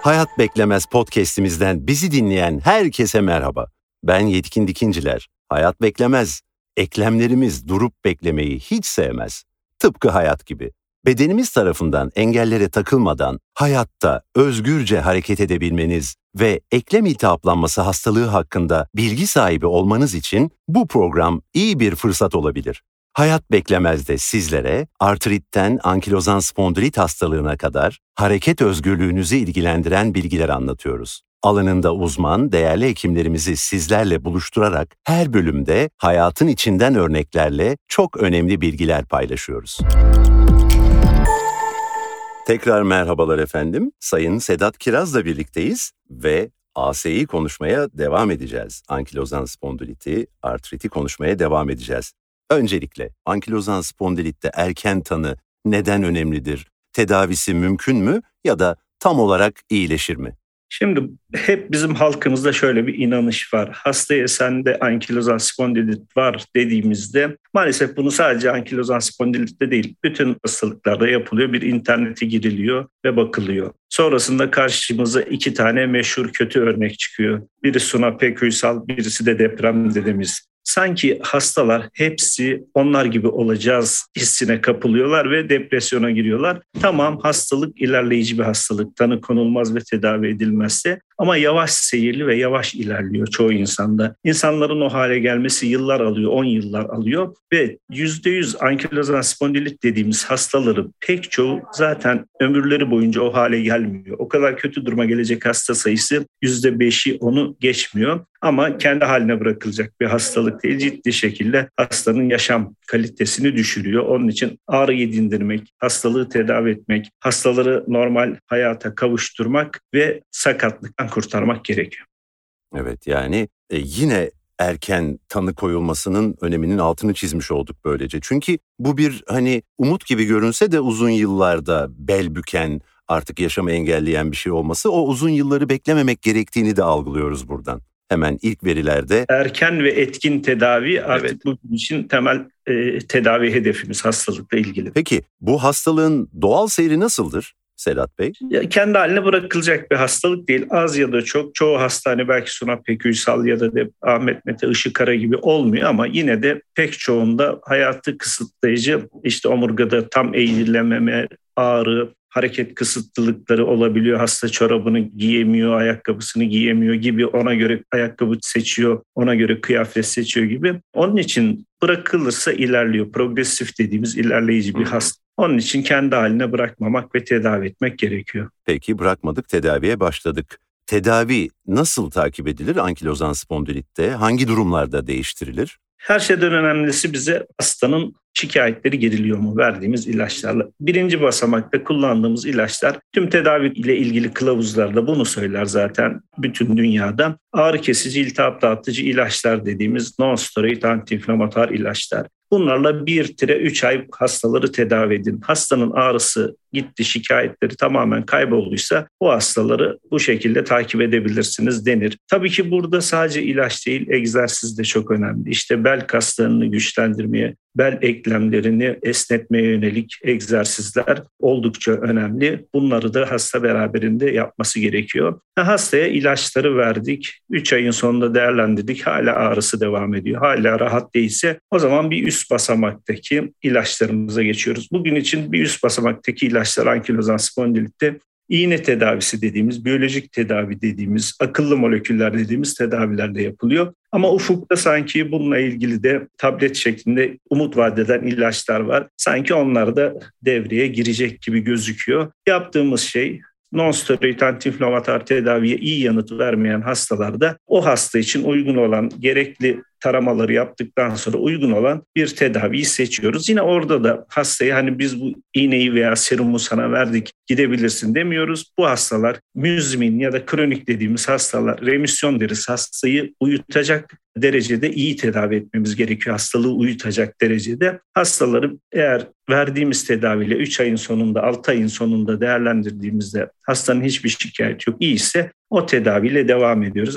Hayat Beklemez podcast'imizden bizi dinleyen herkese merhaba. Ben Yetkin Dikinciler. Hayat beklemez. Eklemlerimiz durup beklemeyi hiç sevmez. Tıpkı hayat gibi. Bedenimiz tarafından engellere takılmadan hayatta özgürce hareket edebilmeniz ve eklem iltihaplanması hastalığı hakkında bilgi sahibi olmanız için bu program iyi bir fırsat olabilir. Hayat Beklemez'de sizlere artritten ankilozan spondilit hastalığına kadar hareket özgürlüğünüzü ilgilendiren bilgiler anlatıyoruz. Alanında uzman, değerli hekimlerimizi sizlerle buluşturarak her bölümde hayatın içinden örneklerle çok önemli bilgiler paylaşıyoruz. Tekrar merhabalar efendim. Sayın Sedat Kiraz'la birlikteyiz ve AS'yi konuşmaya devam edeceğiz. Ankilozan spondiliti, artriti konuşmaya devam edeceğiz. Öncelikle ankilozan spondilitte erken tanı neden önemlidir? Tedavisi mümkün mü ya da tam olarak iyileşir mi? Şimdi hep bizim halkımızda şöyle bir inanış var. Hastaya sende ankilozan spondilit var dediğimizde maalesef bunu sadece ankilozan spondilitte değil, bütün hastalıklarda yapılıyor. Bir internete giriliyor ve bakılıyor. Sonrasında karşımıza 2 tane meşhur kötü örnek çıkıyor. Biri Suna Pek Uysal, birisi de deprem dedemiz. Sanki hastalar hepsi onlar gibi olacağız hissine kapılıyorlar ve depresyona giriyorlar. Tamam, hastalık ilerleyici bir hastalık, tanı konulmaz ve tedavi edilmezse, ama yavaş seyirli ve yavaş ilerliyor çoğu insanda. İnsanların o hale gelmesi yıllar alıyor, 10 yıllar alıyor ve %100 ankilozan spondilit dediğimiz hastaların pek çoğu zaten ömürleri boyunca o hale gelmiyor. O kadar kötü duruma gelecek hasta sayısı %5'i onu geçmiyor. Ama kendi haline bırakılacak bir hastalık değil, ciddi şekilde hastanın yaşam kalitesini düşürüyor. Onun için ağrıyı dindirmek, hastalığı tedavi etmek, hastaları normal hayata kavuşturmak ve sakatlıktan kurtarmak gerekiyor. Evet, yani yine erken tanı koyulmasının öneminin altını çizmiş olduk böylece. Çünkü bu bir umut gibi görünse de uzun yıllarda bel büken, artık yaşamı engelleyen bir şey olması, o uzun yılları beklememek gerektiğini de algılıyoruz buradan. Hemen ilk verilerde erken ve etkin tedavi artık bugün için temel tedavi hedefimiz hastalıkla ilgili. Peki bu hastalığın doğal seyri nasıldır Sedat Bey? Kendi haline bırakılacak bir hastalık değil. Az ya da çok, çoğu hastane belki Suna Pek Uysal ya da Ahmet Mete Işıkara gibi olmuyor ama yine de pek çoğunda hayatı kısıtlayıcı, işte omurgada tam eğilememe, ağrı, hareket kısıtlılıkları olabiliyor. Hasta çorabını giyemiyor, ayakkabısını giyemiyor gibi, ona göre ayakkabı seçiyor, ona göre kıyafet seçiyor gibi. Onun için bırakılırsa ilerliyor. Progresif dediğimiz ilerleyici bir hasta. Onun için kendi haline bırakmamak ve tedavi etmek gerekiyor. Peki bırakmadık, tedaviye başladık. Tedavi nasıl takip edilir ankilozan spondilitte? Hangi durumlarda değiştirilir? Her şeyden önemlisi bize hastanın şikayetleri geriliyor mu verdiğimiz ilaçlarla. Birinci basamakta kullandığımız ilaçlar, tüm tedavi ile ilgili kılavuzlarda bunu söyler zaten bütün dünyada. Ağrı kesici, iltihap dağıtıcı ilaçlar dediğimiz non-steroid antiinflamatuar ilaçlar. Bunlarla 1-3 ay hastaları tedavi edin. Hastanın ağrısı gitti, şikayetleri tamamen kaybolduysa bu hastaları bu şekilde takip edebilirsiniz denir. Tabii ki burada sadece ilaç değil, egzersiz de çok önemli. İşte bel kaslarını güçlendirmeye, bel eklemlerini esnetmeye yönelik egzersizler oldukça önemli. Bunları da hasta beraberinde yapması gerekiyor. Hastaya ilaçları verdik, 3 ayın sonunda değerlendirdik, hala ağrısı devam ediyor, hala rahat değilse o zaman bir üst basamaktaki ilaçlarımıza geçiyoruz. Bugün için bir üst basamaktaki ilaçlar ankilozan spondilitte iğne tedavisi dediğimiz, biyolojik tedavi dediğimiz, akıllı moleküller dediğimiz tedavilerle yapılıyor. Ama ufukta sanki bununla ilgili de tablet şeklinde umut vaat eden ilaçlar var. Sanki onlar da devreye girecek gibi gözüküyor. Yaptığımız şey, non-steroid antiinflamatuar tedaviye iyi yanıt vermeyen hastalarda o hasta için uygun olan, gerekli taramaları yaptıktan sonra uygun olan bir tedaviyi seçiyoruz. Yine orada da hastaya biz bu iğneyi veya serumu sana verdik, gidebilirsin demiyoruz. Bu hastalar müzmin ya da kronik dediğimiz hastalar, remisyon deriz, hastayı uyutacak derecede iyi tedavi etmemiz gerekiyor. Hastalığı uyutacak derecede. Hastaları eğer verdiğimiz tedaviyle 3 ayın sonunda, 6 ayın sonunda değerlendirdiğimizde hastanın hiçbir şikayeti yok, iyi ise o tedaviyle devam ediyoruz. Ama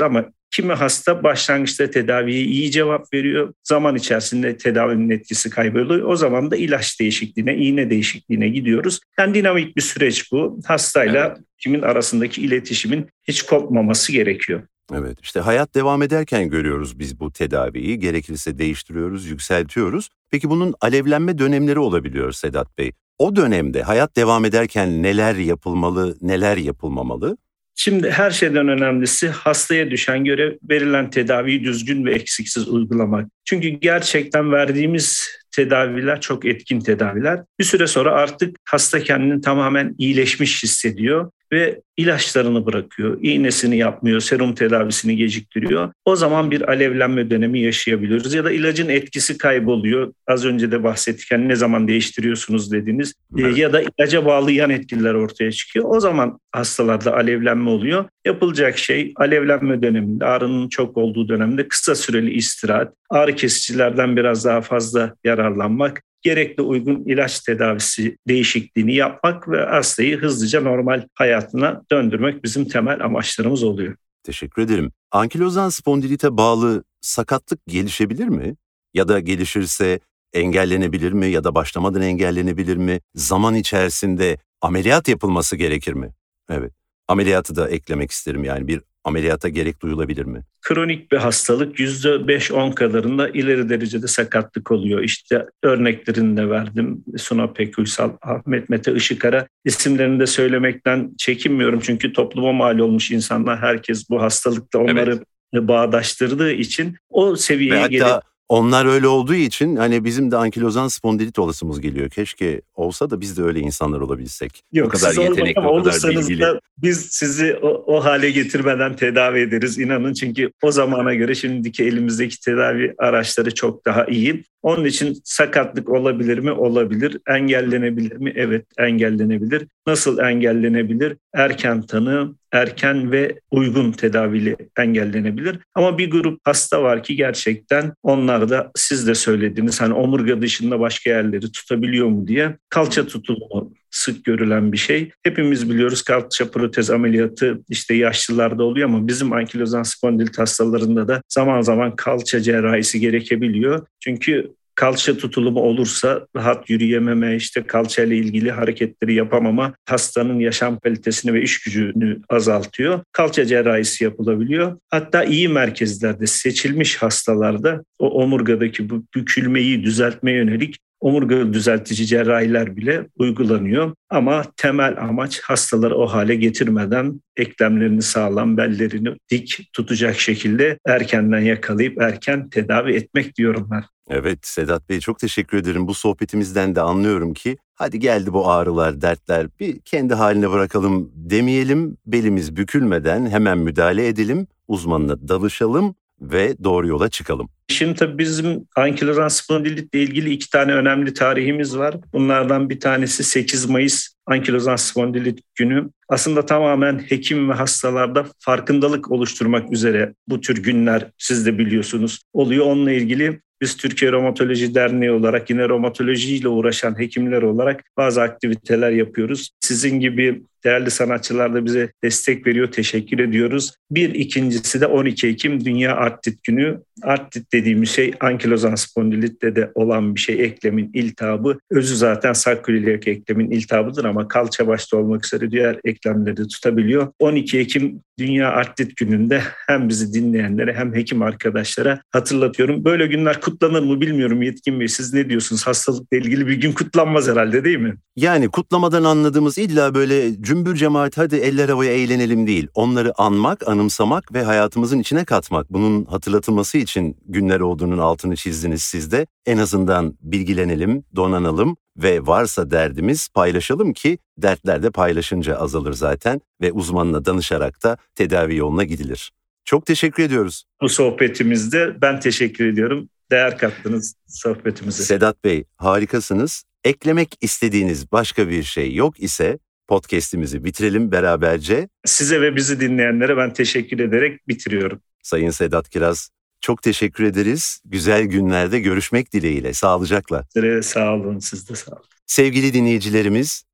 Kimi hasta başlangıçta tedaviye iyi cevap veriyor. Zaman içerisinde tedavinin etkisi kayboluyor. O zaman da ilaç değişikliğine, iğne değişikliğine gidiyoruz. Yani dinamik bir süreç bu. Hastayla hekimin arasındaki iletişimin hiç kopmaması gerekiyor. Evet, işte hayat devam ederken görüyoruz biz bu tedaviyi. Gerekirse değiştiriyoruz, yükseltiyoruz. Peki bunun alevlenme dönemleri olabiliyor Sedat Bey. O dönemde hayat devam ederken neler yapılmalı, neler yapılmamalı? Şimdi her şeyden önemlisi hastaya düşen görev verilen tedaviyi düzgün ve eksiksiz uygulamak. Çünkü gerçekten verdiğimiz tedaviler çok etkin tedaviler. Bir süre sonra artık hasta kendini tamamen iyileşmiş hissediyor ve ilaçlarını bırakıyor, iğnesini yapmıyor, serum tedavisini geciktiriyor. O zaman bir alevlenme dönemi yaşayabiliyoruz ya da ilacın etkisi kayboluyor. Az önce de bahsettik, ne zaman değiştiriyorsunuz dediğiniz ya da ilaca bağlı yan etkiler ortaya çıkıyor. O zaman hastalarda alevlenme oluyor. Yapılacak şey alevlenme döneminde, ağrının çok olduğu dönemde kısa süreli istirahat, ağrı kesicilerden biraz daha fazla yararlanmak, gerekli uygun ilaç tedavisi değişikliğini yapmak ve hastayı hızlıca normal hayatına döndürmek bizim temel amaçlarımız oluyor. Teşekkür ederim. Ankilozan spondilite bağlı sakatlık gelişebilir mi? Ya da gelişirse engellenebilir mi ya da başlamadan engellenebilir mi? Zaman içerisinde ameliyat yapılması gerekir mi? Evet. Ameliyatı da eklemek isterim, yani bir ameliyata gerek duyulabilir mi? Kronik bir hastalık %5-10 kadarında ileri derecede sakatlık oluyor. İşte örneklerini de verdim. Suna Pekuysal, Ahmet Mete Işıkara, isimlerini de söylemekten çekinmiyorum. Çünkü topluma mal olmuş insanlar, herkes bu hastalıkla onları bağdaştırdığı için o seviyeye gelip... Onlar öyle olduğu için hani bizim de ankilozan spondilit olasımız geliyor. Keşke olsa da biz de öyle insanlar olabilsek. Yok, o kadar yetenekli, o kadar bilgili. Da biz sizi o hale getirmeden tedavi ederiz, inanın. Çünkü o zamana göre şimdiki elimizdeki tedavi araçları çok daha iyi. Onun için sakatlık olabilir mi? Olabilir. Engellenebilir mi? Evet, engellenebilir. Nasıl engellenebilir? Erken tanı, erken ve uygun tedaviyle engellenebilir. Ama bir grup hasta var ki gerçekten onlar da siz de söylediğiniz, hani omurga dışında başka yerleri tutabiliyor mu diye, kalça tutulumu sık görülen bir şey. Hepimiz biliyoruz, kalça protez ameliyatı işte yaşlılarda oluyor ama bizim ankilozan spondilit hastalarında da zaman zaman kalça cerrahisi gerekebiliyor. Çünkü kalça tutulumu olursa rahat yürüyememe, işte kalça ile ilgili hareketleri yapamama hastanın yaşam kalitesini ve iş gücünü azaltıyor. Kalça cerrahisi yapılabiliyor. Hatta iyi merkezlerde, seçilmiş hastalarda o omurgadaki bu bükülmeyi düzeltmeye yönelik omurga düzeltici cerrahiler bile uygulanıyor. Ama temel amaç hastaları o hale getirmeden eklemlerini sağlam, bellerini dik tutacak şekilde erkenden yakalayıp erken tedavi etmek diyorum ben. Evet Sedat Bey, çok teşekkür ederim. Bu sohbetimizden de anlıyorum ki hadi geldi bu ağrılar, dertler, bir kendi haline bırakalım demeyelim. Belimiz bükülmeden hemen müdahale edelim, uzmanına danışalım ve doğru yola çıkalım. Şimdi tabii bizim ankilozan spondilitle ilgili 2 tane önemli tarihimiz var. Bunlardan bir tanesi 8 Mayıs Ankilozan Spondilit Günü. Aslında tamamen hekim ve hastalarda farkındalık oluşturmak üzere bu tür günler, siz de biliyorsunuz, oluyor. Onunla ilgili biz Türkiye Romatoloji Derneği olarak, yine romatolojiyle uğraşan hekimler olarak bazı aktiviteler yapıyoruz. Sizin gibi değerli sanatçılar da bize destek veriyor, teşekkür ediyoruz. İkincisi de 12 Ekim Dünya Artrit Günü. Artrit dediğimiz şey ankilozan spondilitte de olan bir şey. Eklemin iltihabı. Özü zaten sakroiliak eklemin iltihabıdır ama kalça başta olmak üzere diğer eklemleri de tutabiliyor. 12 Ekim Dünya Artrit Günü'nde hem bizi dinleyenlere hem hekim arkadaşlara hatırlatıyorum. Böyle günler kutlanır mı bilmiyorum Yetkin Bey. Siz ne diyorsunuz? Hastalıkla ilgili bir gün kutlanmaz herhalde, değil mi? Yani kutlamadan anladığımız illa böyle cümbür cemaat hadi eller havaya eğlenelim değil. Onları anmak, anımsamak ve hayatımızın içine katmak. Bunun hatırlatılması için günler olduğunun altını çizdiniz siz de. En azından bilgilenelim, donanalım ve varsa derdimiz paylaşalım ki dertler de paylaşınca azalır zaten ve uzmanına danışarak da tedavi yoluna gidilir. Çok teşekkür ediyoruz. Bu sohbetimizde ben teşekkür ediyorum. Değer kattınız sohbetimize. Sedat Bey, harikasınız. Eklemek istediğiniz başka bir şey yok ise podcast'imizi bitirelim beraberce. Size ve bizi dinleyenlere ben teşekkür ederek bitiriyorum. Sayın Sedat Kiraz, çok teşekkür ederiz. Güzel günlerde görüşmek dileğiyle. Sağlıcakla. Sağ olun, siz de sağ olun. Sevgili dinleyicilerimiz,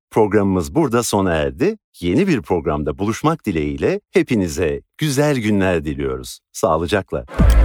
Programımız burada sona erdi. Yeni bir programda buluşmak dileğiyle hepinize güzel günler diliyoruz. Sağlıcakla.